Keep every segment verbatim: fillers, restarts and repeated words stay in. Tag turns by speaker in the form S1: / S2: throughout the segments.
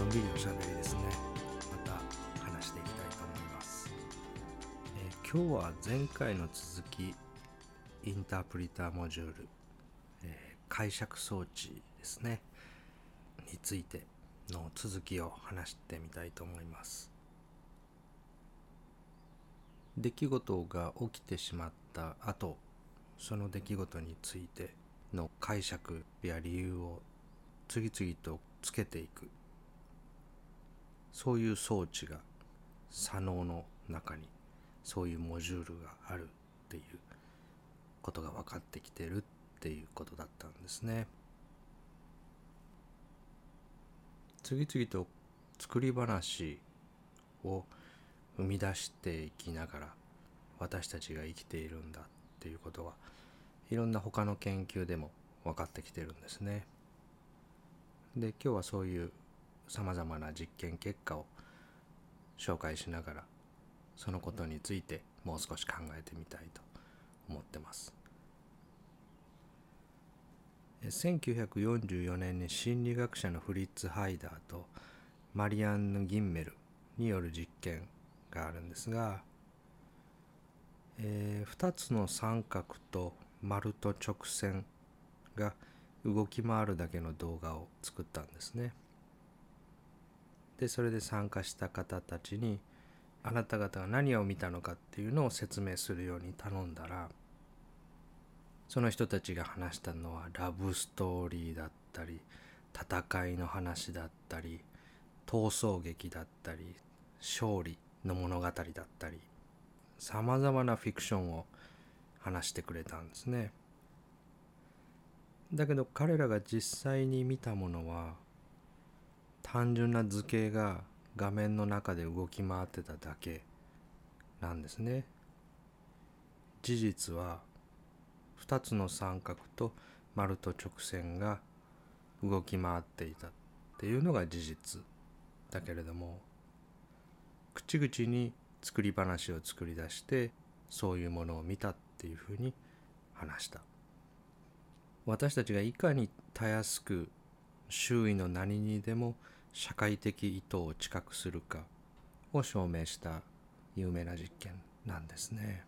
S1: んびりおしゃべりですね。また話していきたいと思います。えー今日は前回の続き、インタープリターモジュール、えー解釈装置ですねについての続きを話してみたいと思います。出来事が起きてしまった後、その出来事についての解釈や理由を次々とつけていく、そういう装置が左脳の中にそういうモジュールがあるっていうことが分かってきてるっていうことだったんですね。次々と作り話を生み出していきながら私たちが生きているんだっていうことはいろんな他の研究でも分かってきてるんですね。で、今日はそういうさまざまな実験結果を紹介しながらそのことについてもう少し考えてみたいと思ってます。せんきゅうひゃくよんじゅうよねんに心理学者のフリッツ・ハイダーとマリアンヌ・ギンメルによる実験があるんですが、えー、ふたつの三角と丸と直線が動き回るだけの動画を作ったんですね。で、それで参加した方たちにあなた方が何を見たのかっていうのを説明するように頼んだら、その人たちが話したのはラブストーリーだったり、戦いの話だったり、逃走劇だったり、勝利の物語だったり、さまざまなフィクションを話してくれたんですね。だけど彼らが実際に見たものは単純な図形が画面の中で動き回ってただけなんですね。事実はふたつの三角と丸と直線が動き回っていたっていうのが事実だけれども、口々に作り話を作り出してそういうものを見たっていうふうに話した。私たちがいかにたやすく周囲の何にでも社会的意図を知覚するかを証明した有名な実験なんですね。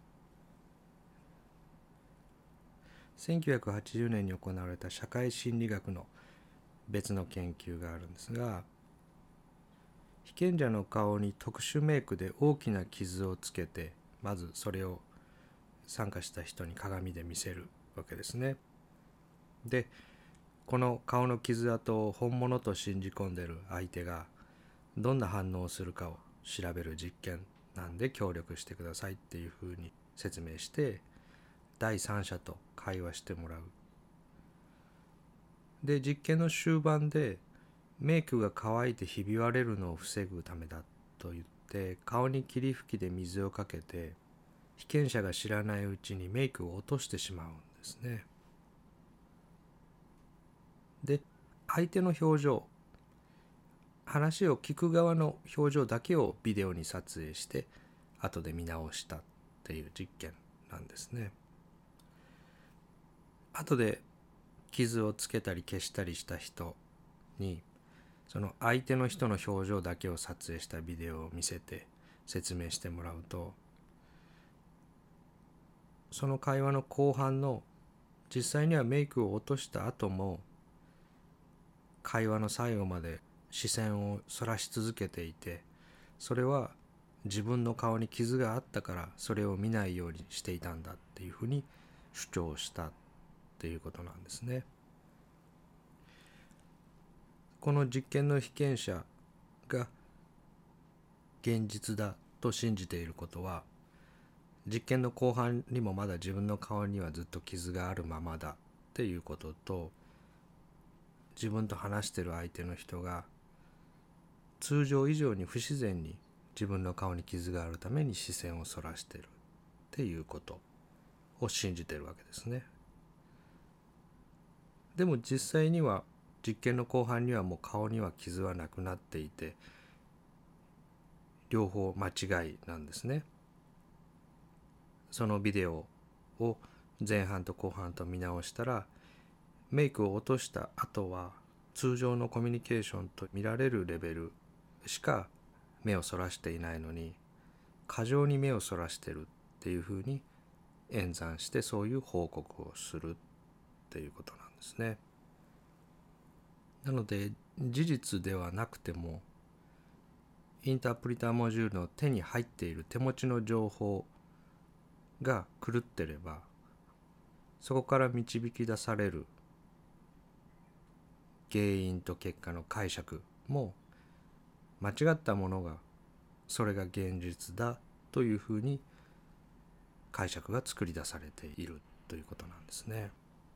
S1: せんきゅうひゃくはちじゅうねんに行われた社会心理学の別の研究があるんですが、被験者の顔に特殊メイクで大きな傷をつけて、まずそれを参加した人に鏡で見せるわけですね。で、この顔の傷跡を本物と信じ込んでいる相手がどんな反応をするかを調べる実験なんで協力してくださいっていうふうに説明して、第三者と会話してもらう。で、実験の終盤でメイクが乾いてひび割れるのを防ぐためだと言って顔に霧吹きで水をかけて被験者が知らないうちにメイクを落としてしまうんですね。で、相手の表情、話を聞く側の表情だけをビデオに撮影して後で見直したっていう実験なんですね。後で傷をつけたり消したりした人にその相手の人の表情だけを撮影したビデオを見せて説明してもらうと、その会話の後半の実際にはメイクを落とした後も会話の最後まで視線をそらし続けていて、それは自分の顔に傷があったからそれを見ないようにしていたんだっていうふうに主張したっていうことなんですね。この実験の被験者が現実だと信じていることは、実験の後半にもまだ自分の顔にはずっと傷があるままだっていうことと、自分と話している相手の人が通常以上に不自然に自分の顔に傷があるために視線をそらしているっていうことを信じているわけですね。でも実際には実験の後半にはもう顔には傷はなくなっていて、両方間違いなんですね。そのビデオを前半と後半と見直したら、メイクを落とした後は通常のコミュニケーションと見られるレベルしか目をそらしていないのに、過剰に目をそらしてるっていうふうに演算してそういう報告をするっていうことなんですね。なので事実ではなくてもインタープリターモジュールの手に入っている手持ちの情報が狂ってれば、そこから導き出される原因と結果の解釈も間違ったものがそれが現実だというふうに解釈が作り出されているということなんですね。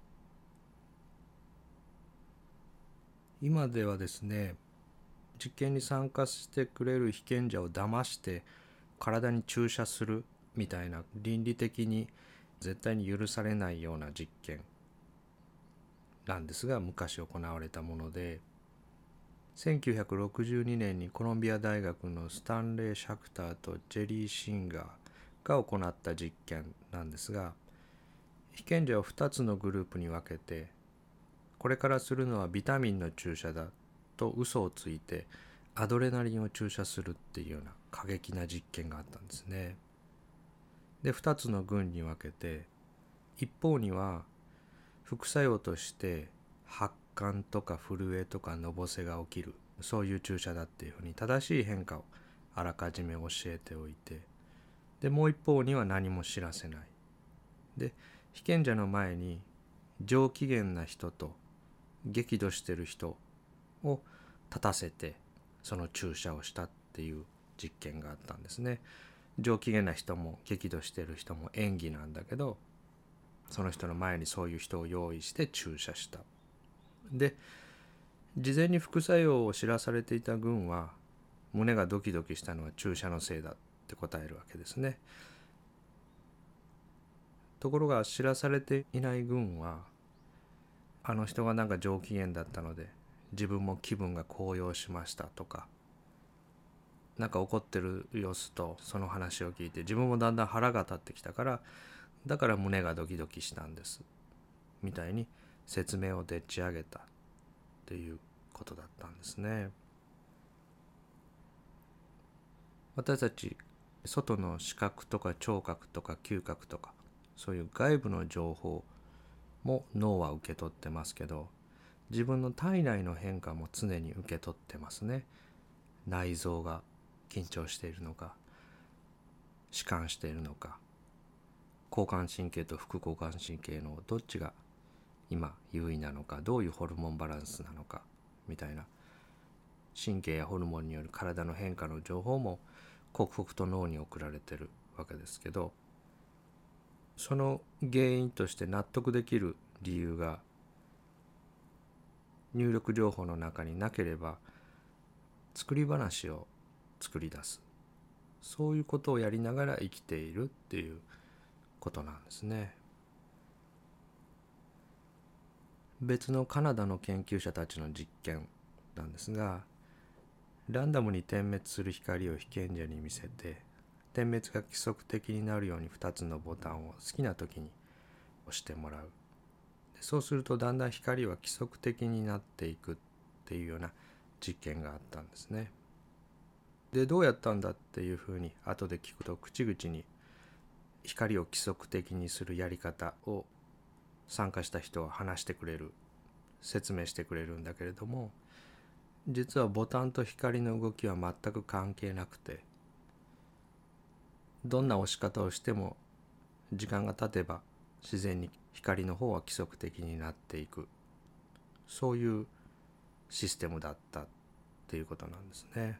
S1: 今ではですね、実験に参加してくれる被験者を騙して体に注射するみたいな倫理的に絶対に許されないような実験なんですが、昔行われたもので、せんきゅうひゃくろくじゅうにねんにコロンビア大学のスタンレー・シャクターとジェリー・シンガーが行った実験なんですが、被験者をふたつのグループに分けて、これからするのはビタミンの注射だと嘘をついてアドレナリンを注射するっていうような過激な実験があったんですね。で、ふたつの群に分けて、一方には副作用として発汗とか震えとかのぼせが起きる、そういう注射だっていうふうに正しい変化をあらかじめ教えておいて、でもう一方には何も知らせない。で、被験者の前に上機嫌な人と激怒してる人を立たせてその注射をしたっていう実験があったんですね。上機嫌な人も激怒してる人も演技なんだけど、その人の前にそういう人を用意して注射した。で、事前に副作用を知らされていた軍は、胸がドキドキしたのは注射のせいだって答えるわけですね。ところが知らされていない軍は、あの人がなんか上機嫌だったので自分も気分が高揚しましたとか、なんか怒ってる様子とその話を聞いて自分もだんだん腹が立ってきたから、だから胸がドキドキしたんですみたいに説明をでっち上げたっていうことだったんですね。私たち外の視覚とか聴覚とか嗅覚とか、そういう外部の情報も脳は受け取ってますけど、自分の体内の変化も常に受け取ってますね。内臓が緊張しているのか、弛緩しているのか、交感神経と副交感神経のどっちが今優位なのか、どういうホルモンバランスなのかみたいな神経やホルモンによる体の変化の情報も刻々と脳に送られてるわけですけど、その原因として納得できる理由が入力情報の中になければ作り話を作り出す、そういうことをやりながら生きているっていうことなんですね。別のカナダの研究者たちの実験なんですが、ランダムに点滅する光を被験者に見せて、点滅が規則的になるようにふたつのボタンを好きな時に押してもらう。そうするとだんだん光は規則的になっていくっていうような実験があったんですね。で、どうやったんだっていうふうに後で聞くと、口々に光を規則的にするやり方を参加した人は話してくれる、説明してくれるんだけれども、実はボタンと光の動きは全く関係なくて、どんな押し方をしても時間が経てば自然に光の方は規則的になっていく、そういうシステムだったっていうことなんですね。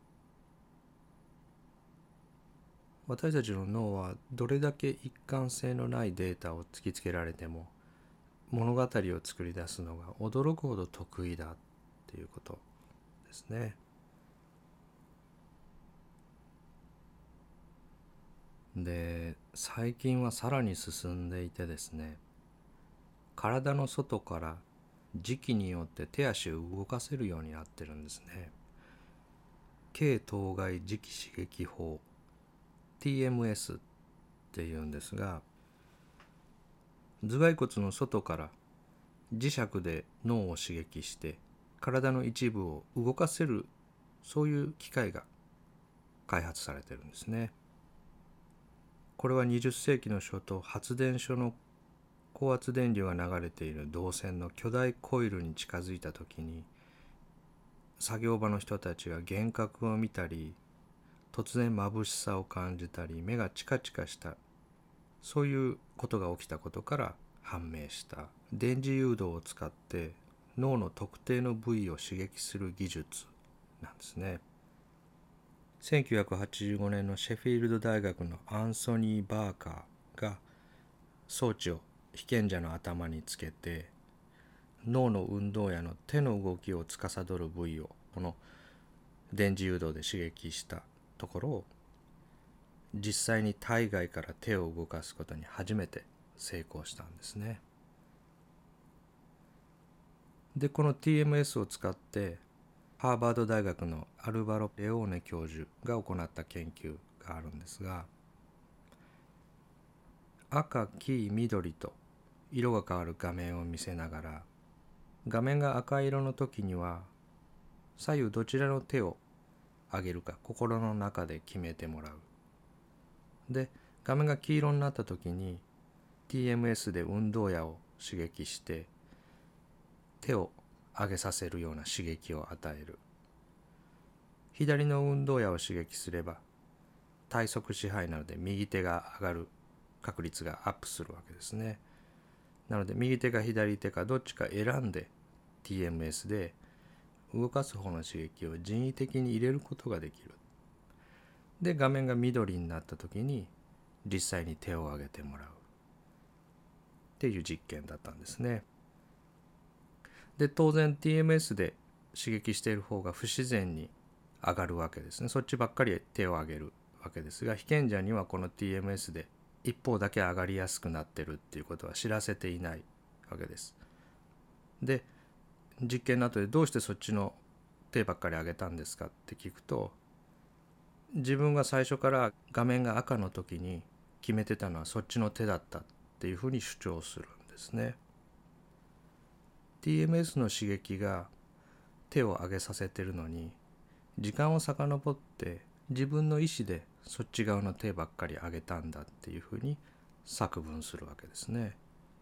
S1: 私たちの脳はどれだけ一貫性のないデータを突きつけられても物語を作り出すのが驚くほど得意だっていうことですね。で、最近はさらに進んでいてですね、体の外から磁気によって手足を動かせるようになってるんですね。軽当該磁気刺激法 ティーエムエス っていうんですが、頭蓋骨の外から磁石で脳を刺激して体の一部を動かせる、そういう機械が開発されてるんですね。これはにじゅっせいきの初頭、発電所の高圧電流が流れている導線の巨大コイルに近づいた時に、作業場の人たちが幻覚を見たり、突然眩しさを感じたり、目がチカチカした、そういうことが起きたことから判明した電磁誘導を使って脳の特定の部位を刺激する技術なんですね。せんきゅうひゃくはちじゅうごねんのシェフィールド大学のアンソニー・バーカーが装置を被験者の頭につけて、脳の運動やの手の動きを司る部位をこの電磁誘導で刺激したところ、実際に体外から手を動かすことに初めて成功したんですね。で、この ティーエムエス を使ってハーバード大学のアルバロ・レオーネ教授が行った研究があるんですが、赤、黄、緑と色が変わる画面を見せながら、画面が赤色の時には左右どちらの手を上げるか心の中で決めてもらう。で、画面が黄色になった時に ティーエムエス で運動野を刺激して手を上げさせるような刺激を与える。左の運動野を刺激すれば体側支配なので右手が上がる確率がアップするわけですね。なので右手か左手かどっちか選んで ティーエムエス で動かす方の刺激を人為的に入れることができる。で、画面が緑になった時に実際に手を上げてもらうっていう実験だったんですね。で、当然 ティーエムエス で刺激している方が不自然に上がるわけですね。そっちばっかり手を上げるわけですが、被験者にはこの ティーエムエス で一方だけ上がりやすくなってるっていうことは知らせていないわけです。で、実験の後でどうしてそっちの手ばっかり上げたんですかって聞くと、自分が最初から画面が赤の時に決めてたのはそっちの手だったっていうふうに主張するんですね。ティーエムエス の刺激が手を上げさせてるのに、時間を遡って自分の意思でそっち側の手ばっかり上げたんだっていうふうに作文するわけですね。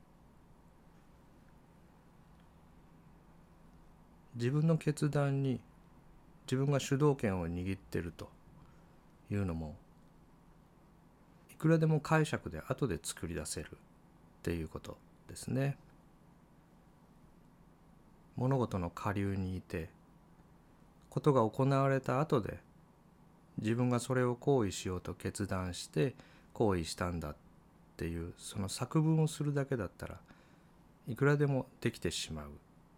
S1: 自分の決断に自分が主導権を握ってるというのも、いくらでも解釈で後で作り出せるっていうことですね。物事の下流にいて、ことが行われた後で自分がそれを行為しようと決断して行為したんだっていう、その作文をするだけだったらいくらでもできてしまう。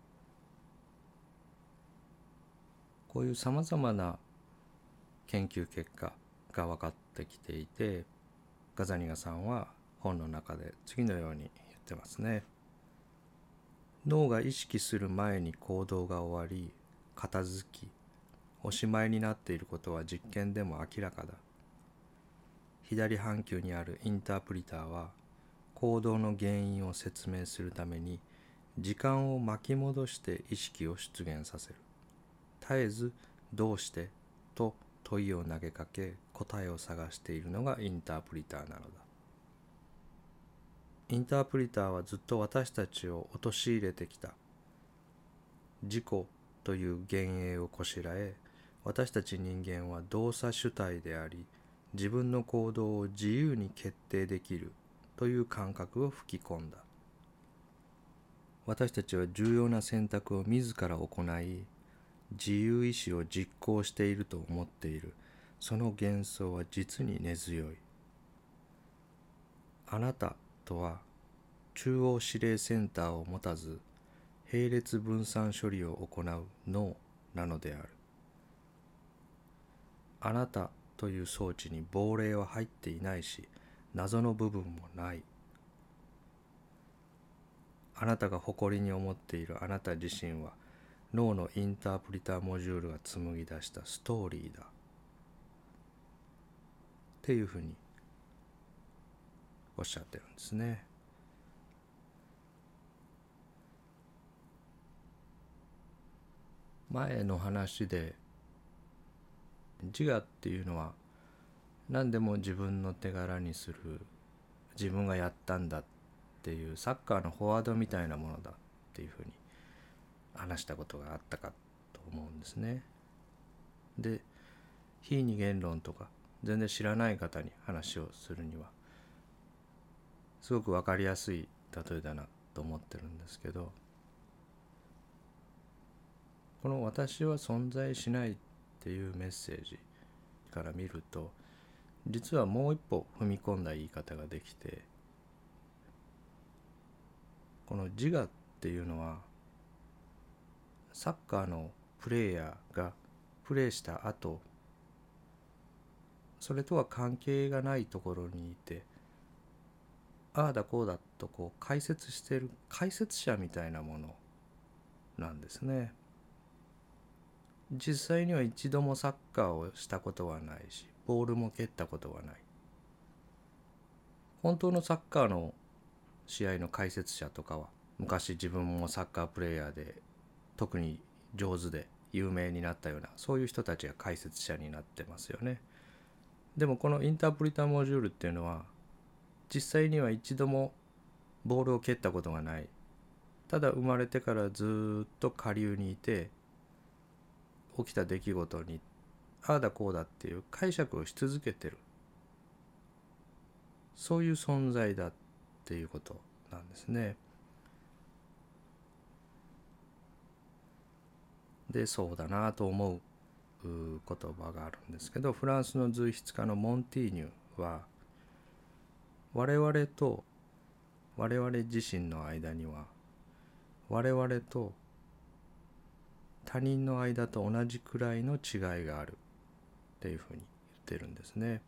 S1: こういうさまざまな研究結果が分かってきていて、ガザニガさんは本の中で次のように言ってますね。脳が意識する前に行動が終わり、片付き、おしまいになっていることは実験でも明らかだ。左半球にあるインタープリターは行動の原因を説明するために時間を巻き戻して意識を出現させる。絶えずどうしてと問いを投げかけ答えを探しているのがインタープリターなのだ。インタープリターはずっと私たちを陥れてきた。自己という幻影をこしらえ、私たち人間は動作主体であり、自分の行動を自由に決定できるという感覚を吹き込んだ。私たちは重要な選択を自ら行い、自由意志を実行していると思っている。その幻想は実に根強い。あなたとは中央指令センターを持たず、並列分散処理を行う脳なのである。あなたという装置に亡霊は入っていないし、謎の部分もない。あなたが誇りに思っているあなた自身は、脳のインタープリターモジュールが紡ぎ出したストーリーだ。っていうふうにおっしゃってるんですね。 前の話で自我っていうのは何でも自分の手柄にする、自分がやったんだっていうサッカーのフォワードみたいなものだっていうふうに話したことがあったかと思うんですね。で、非二元論とか全然知らない方に話をするにはすごく分かりやすい例えだなと思ってるんですけど、この私は存在しないっていうメッセージから見ると、実はもう一歩踏み込んだ言い方ができて、この自我っていうのはサッカーのプレイヤーがプレーした後、それとは関係がないところにいて、ああだこうだとこう解説している解説者みたいなものなんですね。実際には一度もサッカーをしたことはないし、ボールも蹴ったことはない。本当のサッカーの試合の解説者とかは、昔自分もサッカープレイヤーで特に上手で有名になったような、そういう人たちが解説者になってますよね。でもこのインタープリターモジュールっていうのは、実際には一度もボールを蹴ったことがない。ただ生まれてからずっと下流にいて、起きた出来事にああだこうだっていう解釈をし続けてる、そういう存在だっていうことなんですね。で、そうだなと思う言葉があるんですけど、フランスの随筆家のモンティーニュは、我々と我々自身の間には、我々と他人の間と同じくらいの違いがあるっていうふうに言ってるんですね。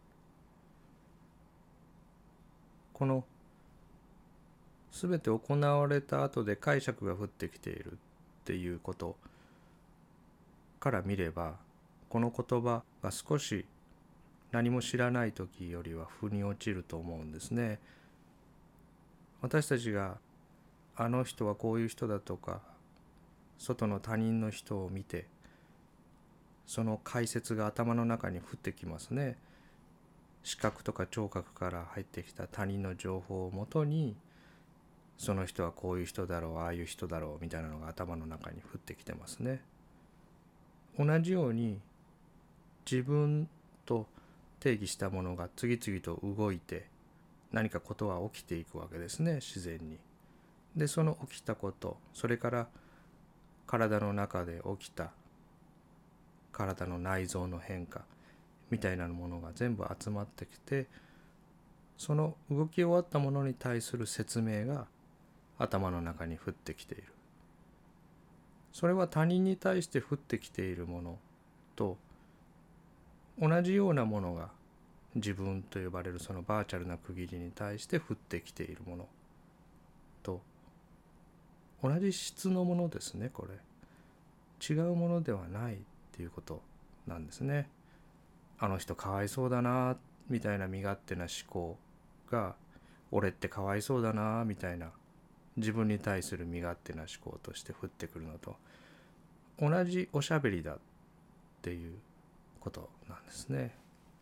S1: この全て行われた後で解釈が降ってきているっていうことから見れば、この言葉が少し何も知らない時よりは腑に落ちると思うんですね。私たちがあの人はこういう人だとか、外の他人の人を見て、その解説が頭の中に降ってきますね。視覚とか聴覚から入ってきた他人の情報をもとに、その人はこういう人だろう、ああいう人だろうみたいなのが頭の中に降ってきてますね。同じように自分と定義したものが次々と動いて、何かことは起きていくわけですね、自然に。で、その起きたこと、それから体の中で起きた体の内臓の変化みたいなものが全部集まってきて、その動き終わったものに対する説明が頭の中に降ってきている。それは他人に対して降ってきているものと同じようなものが、自分と呼ばれるそのバーチャルな区切りに対して降ってきているものと同じ質のものですね。これ違うものではないっていうことなんですね。あの人かわいそうだなみたいな身勝手な思考が、俺ってかわいそうだなみたいな自分に対する身勝手な思考として降ってくるのと同じおしゃべりだっていうことなんですね。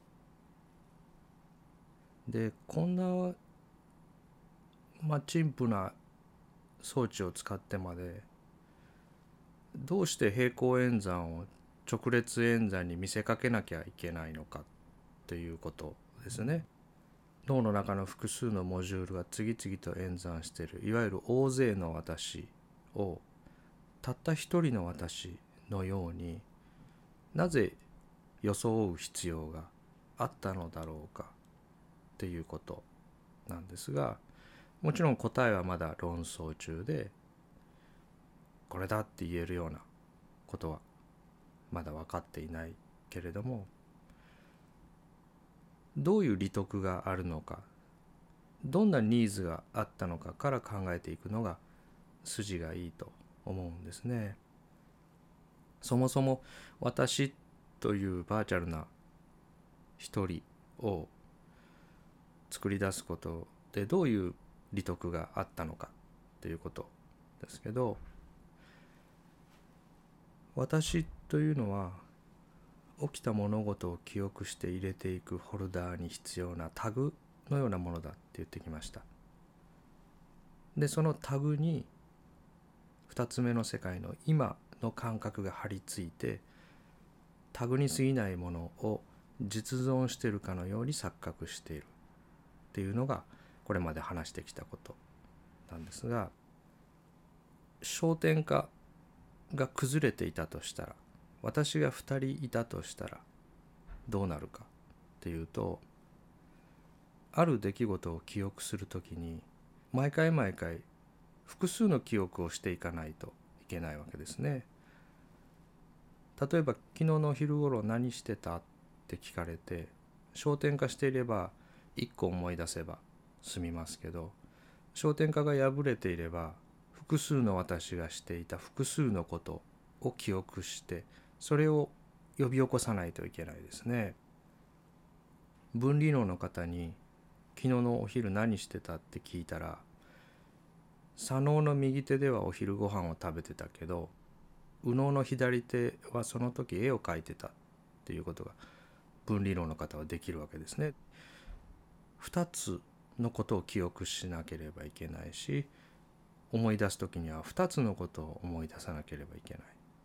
S1: で、こんなまあ陳腐な装置を使ってまでどうして平行演算を直列演算に見せかけなきゃいけないのかっていうことですね。脳の中の複数のモジュールが次々と演算している、いわゆる大勢の私をたった一人の私のようになぜ装う必要があったのだろうかっていうことなんですが、もちろん答えはまだ論争中で、これだって言えるようなことはまだ分かっていないけれども、どういう利得があるのか、どんなニーズがあったのかから考えていくのが筋がいいと思うんですね。そもそも私というバーチャルな一人を作り出すことでどういう利得があったのかっていうことですけど、 私というのは起きた物事を記憶して入れていくホルダーに必要なタグのようなものだって言ってきました。でそのタグに二つ目の世界の今の感覚が張り付いて、タグに過ぎないものを実存しているかのように錯覚しているっていうのがこれまで話してきたことなんですが、焦点化が崩れていたとしたら、私がふたりいたとしたらどうなるかっていうと、ある出来事を記憶するときに毎回毎回複数の記憶をしていかないといけないわけですね。例えば昨日の昼頃何してたって聞かれて、焦点化していればいっこ思い出せば済みますけど、焦点化が破れていれば複数の私がしていた複数のことを記憶して、それを呼び起こさないといけないですね。分離脳の方に昨日のお昼何してたって聞いたら、左脳の右手ではお昼ご飯を食べてたけど、右脳の左手はその時絵を描いてたっていうことが分離脳の方はできるわけですね。二つのことを記憶しなければいけないし、思い出す時には二つのことを思い出さなければいけない。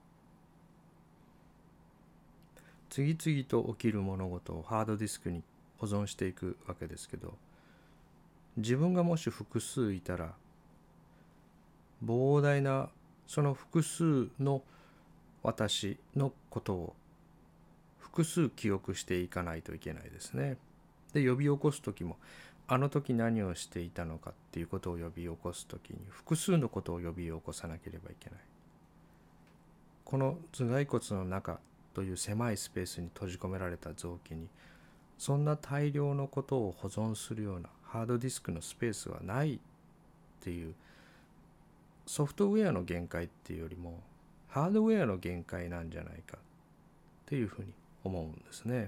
S1: 次々と起きる物事をハードディスクに保存していくわけですけど、自分がもし複数いたら膨大なその複数の私のことを複数記憶していかないといけないですね。で呼び起こす時も、あの時何をしていたのかっていうことを呼び起こす時に複数のことを呼び起こさなければいけない。この頭蓋骨の中という狭いスペースに閉じ込められた臓器にそんな大量のことを保存するようなハードディスクのスペースはないっていう、ソフトウェアの限界っていうよりもハードウェアの限界なんじゃないかっていうふうに思うんですね。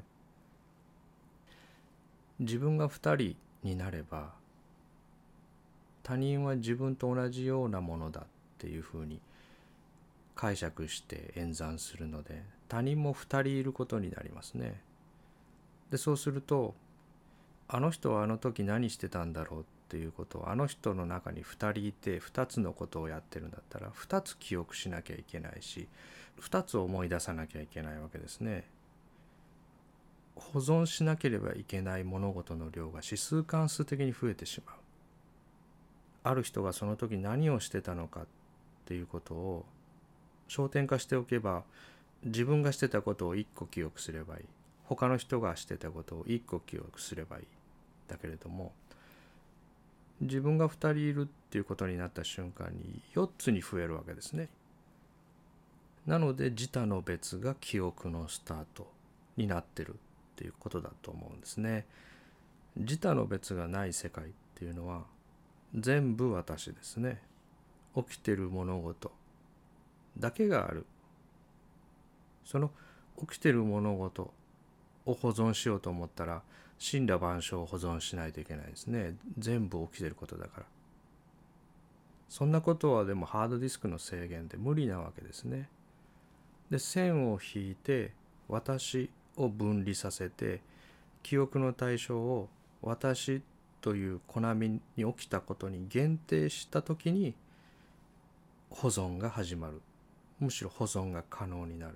S1: 自分がふたりになれば他人は自分と同じようなものだっていうふうに解釈して演算するので、他人もふたりいることになりますね。でそうすると、あの人はあの時何してたんだろうっていうことを、あの人の中にふたりいてふたつのことをやってるんだったらふたつ記憶しなきゃいけないし、ふたつ思い出さなきゃいけないわけですね。保存しなければいけない物事の量が指数関数的に増えてしまう。ある人がその時何をしてたのかっていうことを焦点化しておけば、自分がしてたことをいっこ記憶すればいい、他の人がしてたことをいっこ記憶すればいい。だけれども、自分がふたりいるっていうことになった瞬間によっつに増えるわけですね。なので自他の別が記憶のスタートになってるっていうことだと思うんですね。自他の別がない世界っていうのは全部私ですね。起きてる物事だけがある。その起きてる物事を保存しようと思ったら森羅万象を保存しないといけないですね。全部起きてることだから。そんなことはでもハードディスクの制限で無理なわけですね。で線を引いて私を分離させて、記憶の対象を私というコナミに起きたことに限定したときに保存が始まる。むしろ保存が可能になる。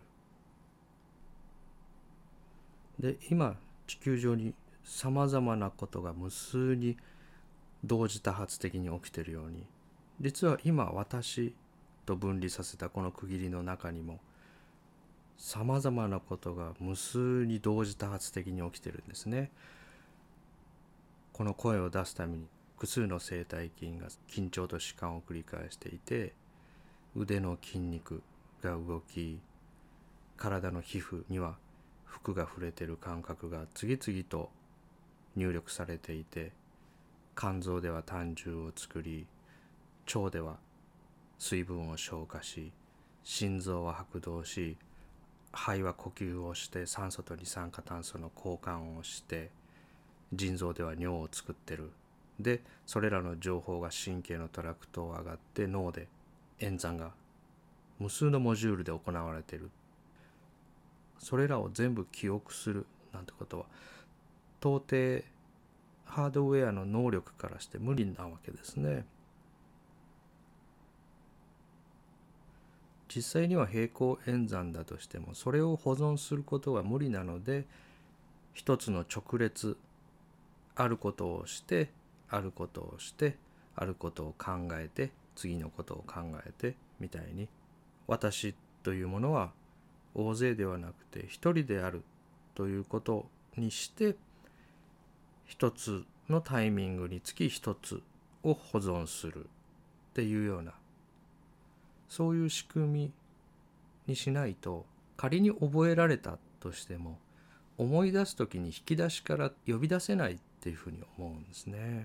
S1: で今地球上にさまざまなことが無数に同時多発的に起きているように、実は今私と分離させたこの区切りの中にもさまざまなことが無数に同時多発的に起きてるんですね。この声を出すために複数の声帯筋が緊張と弛緩を繰り返していて、腕の筋肉が動き、体の皮膚には服が触れている感覚が次々と入力されていて、肝臓では胆汁を作り、腸では水分を消化し、心臓は拍動し、肺は呼吸をして酸素と二酸化炭素の交換をして、腎臓では尿を作ってる。でそれらの情報が神経のトラクトを上がって脳で演算が無数のモジュールで行われている。それらを全部記憶するなんてことは到底ハードウェアの能力からして無理なわけですね。実際には平行演算だとしてもそれを保存することは無理なので、一つの直列、あることをしてあることをしてあることを考えて次のことを考えてみたいに、私というものは大勢ではなくて一人であるということにして、一つのタイミングにつき一つを保存するっていうような、そういう仕組みにしないと、仮に覚えられたとしても思い出すときに引き出しから呼び出せないっていうふうに思うんですね。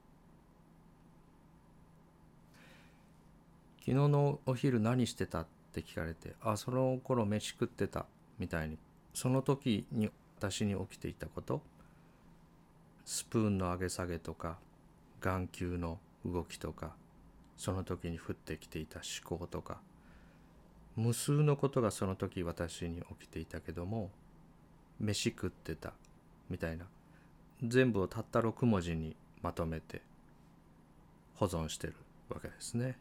S1: 昨日のお昼何してたって聞かれて、あ、その頃飯食ってたみたいに、その時に私に起きていたこと、スプーンの上げ下げとか眼球の動きとか、その時に降ってきていた思考とか、無数のことがその時私に起きていたけども、飯食ってたみたいな、全部をたったろく文字にまとめて保存してるわけですね。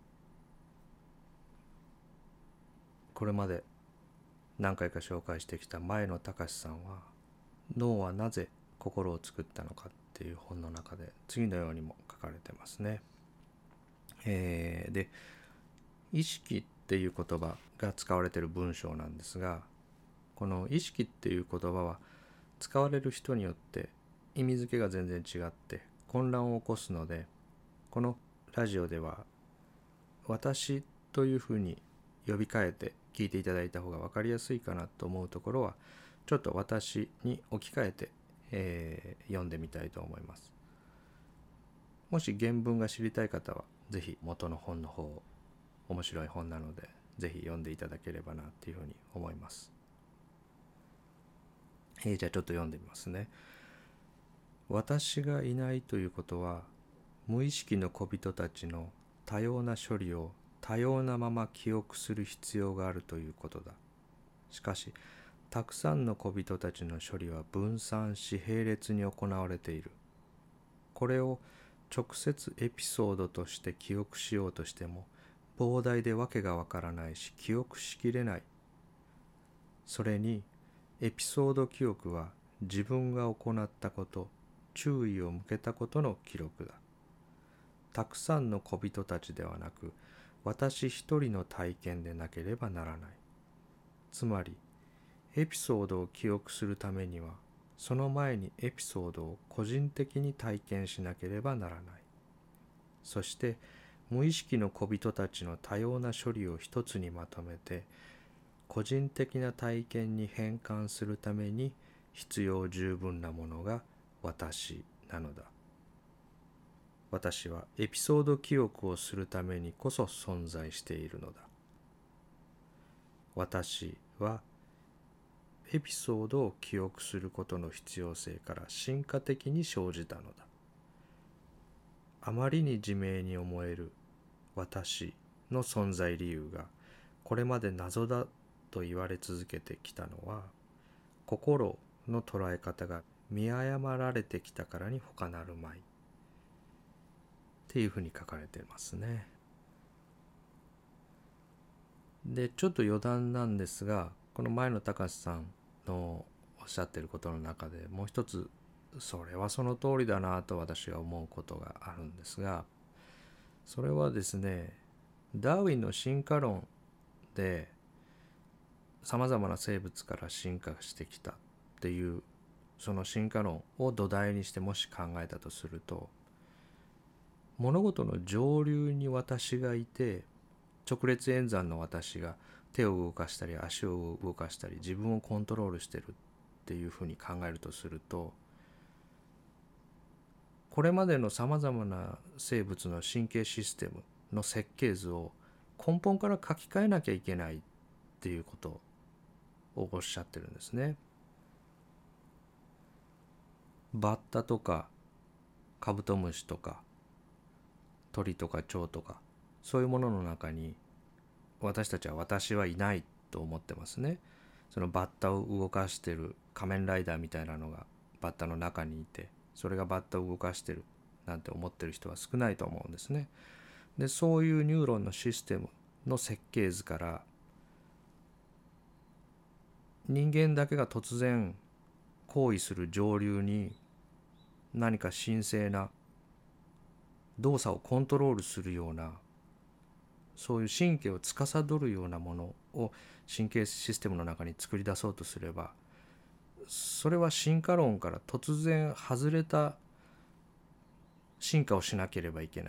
S1: これまで何回か紹介してきた前野隆さんは、脳はなぜ心を作ったのかっていう本の中で次のようにも書かれてますね。えー、で意識っていう言葉が使われている文章なんですが、この意識っていう言葉は使われる人によって意味付けが全然違って混乱を起こすので、このラジオでは私というふうに呼び替えて聞いていただいた方が分かりやすいかなと思うところは、ちょっと私に置き換えて、えー、読んでみたいと思います。もし原文が知りたい方はぜひ元の本の方を、面白い本なのでぜひ読んでいただければなっていうふうに思います。えー、じゃあちょっと読んでみますね。私がいないということは、無意識の小人たちの多様な処理を多様なまま記憶する必要があるということだ。しかし、たくさんの小人たちの処理は分散し並列に行われている。これを直接エピソードとして記憶しようとしても、膨大でわけがわからないし記憶しきれない。それに、エピソード記憶は自分が行ったこと、注意を向けたことの記録だ。たくさんの小人たちではなく、私一人の体験でなければならない。つまり、エピソードを記憶するためには、その前にエピソードを個人的に体験しなければならない。そして、無意識の小人たちの多様な処理を一つにまとめて、個人的な体験に変換するために必要十分なものが私なのだ。私はエピソード記憶をするためにこそ存在しているのだ。私はエピソードを記憶することの必要性から進化的に生じたのだ。あまりに自明に思える私の存在理由がこれまで謎だと言われ続けてきたのは、心の捉え方が見誤られてきたからに他なるまいっていうふうに書かれていますね。で、ちょっと余談なんですが、この前野隆さんのおっしゃってることの中でもう一つ、それはその通りだなと私は思うことがあるんですが、それはですね、ダーウィンの進化論でさまざまな生物から進化してきたっていう、その進化論を土台にしてもし考えたとすると、物事の上流に私がいて、直列演算の私が手を動かしたり足を動かしたり自分をコントロールしてるっていうふうに考えるとすると、これまでのさまざまな生物の神経システムの設計図を根本から書き換えなきゃいけないっていうことをおっしゃってるんですね。バッタとかカブトムシとか鳥とか蝶とか、そういうものの中に私たちは私はいないと思ってますね。そのバッタを動かしてる仮面ライダーみたいなのがバッタの中にいて、それがバッタを動かしてるなんて思ってる人は少ないと思うんですね。でそういうニューロンのシステムの設計図から、人間だけが突然行為する上流に何か神聖な動作をコントロールするような、そういう神経を司るようなものを神経システムの中に作り出そうとすれば、それは進化論から突然外れた進化をしなければいけない。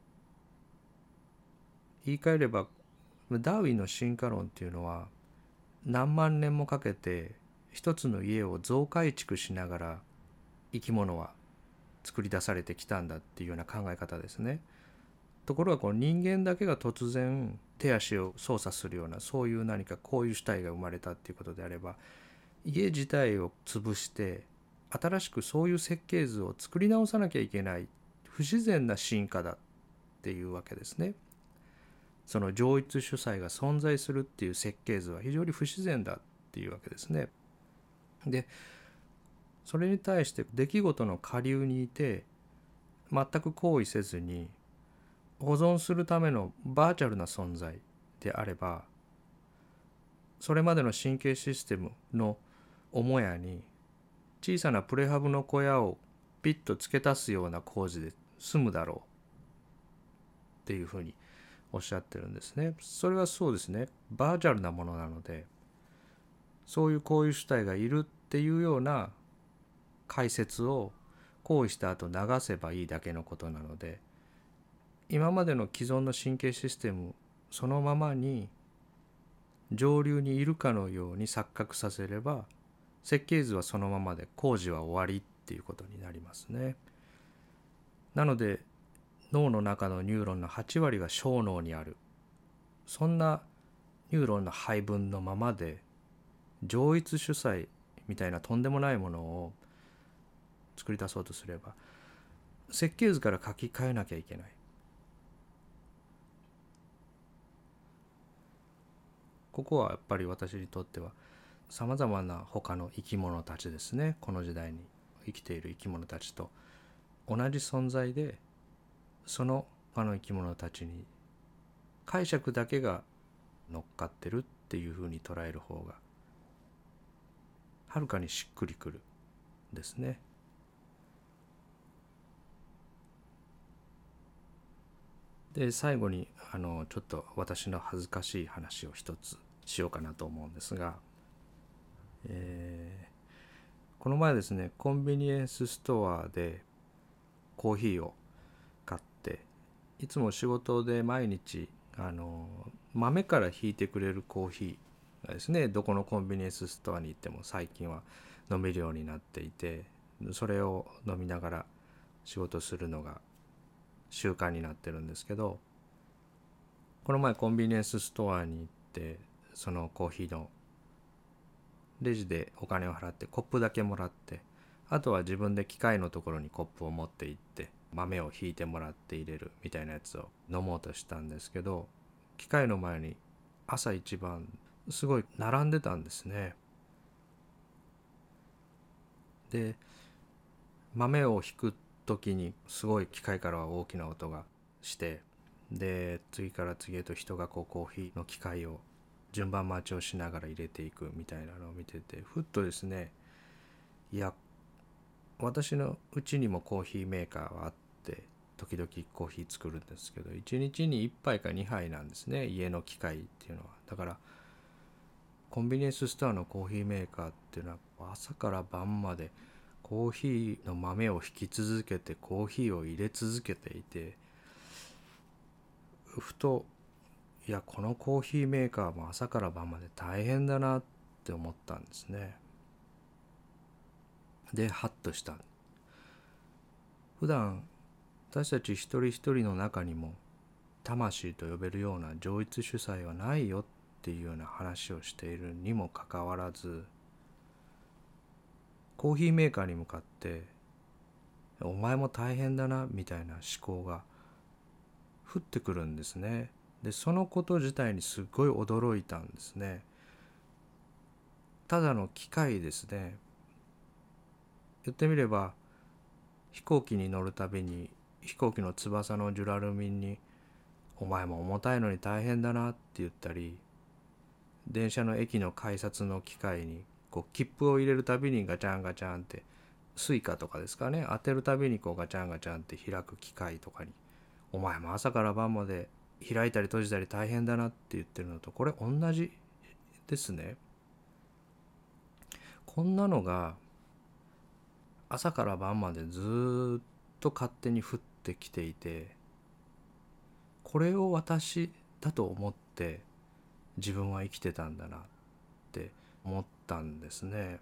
S1: 言い換えればダーウィンの進化論っていうのは、何万年もかけて一つの家を増改築しながら生き物は作り出されてきたんだっていうような考え方ですね。ところがこの人間だけが突然手足を操作するような、そういう何かこういう主体が生まれたっていうことであれば、家自体を潰して新しくそういう設計図を作り直さなきゃいけない、不自然な進化だっていうわけですね。その上一主催が存在するっていう設計図は非常に不自然だっていうわけですね。でそれに対して出来事の下流にいて全く行為せずに保存するためのバーチャルな存在であれば、それまでの神経システムの母屋に小さなプレハブの小屋をピッと付け足すような工事で済むだろうっていうふうにおっしゃってるんですね。それはそうですね。バーチャルなものなので、そういうこういう主体がいるっていうような解説を行為した後流せばいいだけのことなので、今までの既存の神経システムそのままに上流にいるかのように錯覚させれば、設計図はそのままで工事は終わりっていうことになりますね。なので脳の中のニューロンのはち割が小脳にある、そんなニューロンの配分のままで上一主催みたいなとんでもないものを作り出そうとすれば、設計図から書き換えなきゃいけない。ここはやっぱり私にとってはさまざまな他の生き物たちですね、この時代に生きている生き物たちと同じ存在で、その他の生き物たちに解釈だけが乗っかってるっていうふうに捉える方がはるかにしっくりくるですね。で最後にあのちょっと私の恥ずかしい話を一つしようかなと思うんですが、えー、この前ですね、コンビニエンスストアでコーヒーを買って、いつも仕事で毎日あの豆からひいてくれるコーヒーがですね、どこのコンビニエンスストアに行っても最近は飲めるようになっていて、それを飲みながら仕事するのが習慣になってるんですけど、この前コンビニエンスストアに行って、そのコーヒーのレジでお金を払ってコップだけもらって、あとは自分で機械のところにコップを持って行って豆をひいてもらって入れるみたいなやつを飲もうとしたんですけど、機械の前に朝一番すごい並んでたんですね。で豆をひく時にすごい機械からは大きな音がして、で次から次へと人がこうコーヒーの機械を順番待ちをしながら入れていくみたいなのを見てて、ふっとですね、いや私のうちにもコーヒーメーカーはあって、時々コーヒー作るんですけど、いちにちにいっぱいかにはいなんですね、家の機械っていうのは。だからコンビニエンスストアのコーヒーメーカーっていうのは朝から晩までコーヒーの豆をひき続けてコーヒーを入れ続けていて、ふといやこのコーヒーメーカーも朝から晩まで大変だなって思ったんですね。でハッとした。普段私たち一人一人の中にも魂と呼べるような上一主催はないよっていうような話をしているにもかかわらず、コーヒーメーカーに向かってお前も大変だなみたいな思考が降ってくるんですね。 でそのこと自体にすごい驚いたんですね。ただの機械ですね。言ってみれば飛行機に乗るたびに飛行機の翼のジュラルミンにお前も重たいのに大変だなって言ったり、電車の駅の改札の機械にこう切符を入れるたびにガチャンガチャンってスイカとかですかね、当てるたびにこうガチャンガチャンって開く機械とかにお前も朝から晩まで開いたり閉じたり大変だなって言ってるのとこれ同じですね。こんなのが朝から晩までずっと勝手に降ってきていて、これを私だと思って自分は生きてたんだなって思ったんですね。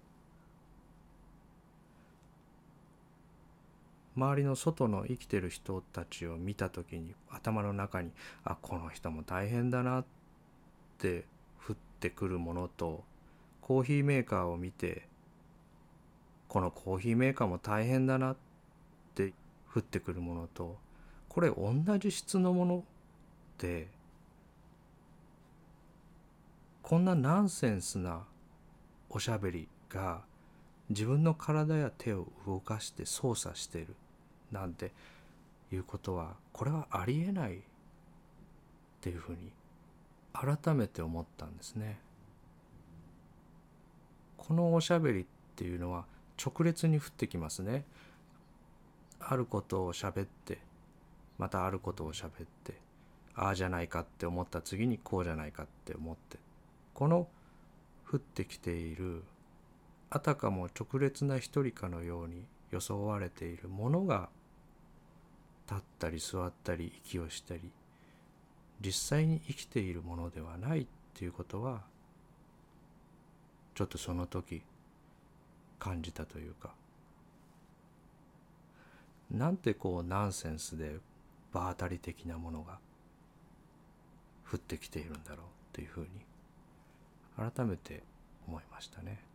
S1: 周りの外の生きてる人たちを見た時に頭の中にあこの人も大変だなって降ってくるものと、コーヒーメーカーを見てこのコーヒーメーカーも大変だなって降ってくるものと、これ同じ質のもので、こんなナンセンスなおしゃべりが自分の体や手を動かして操作しているなんていうことは、これはありえないっていうふうに改めて思ったんですね。このおしゃべりっていうのは直列に降ってきますね。あることをしゃべってまたあることをしゃべって、ああじゃないかって思った次にこうじゃないかって思って、この降ってきているあたかも直列な一人かのように装われているものが立ったり座ったり息をしたり実際に生きているものではないっていうことはちょっとその時感じたというか、なんてこうナンセンスで場当たり的なものが降ってきているんだろうっていうふうに改めて思いましたね。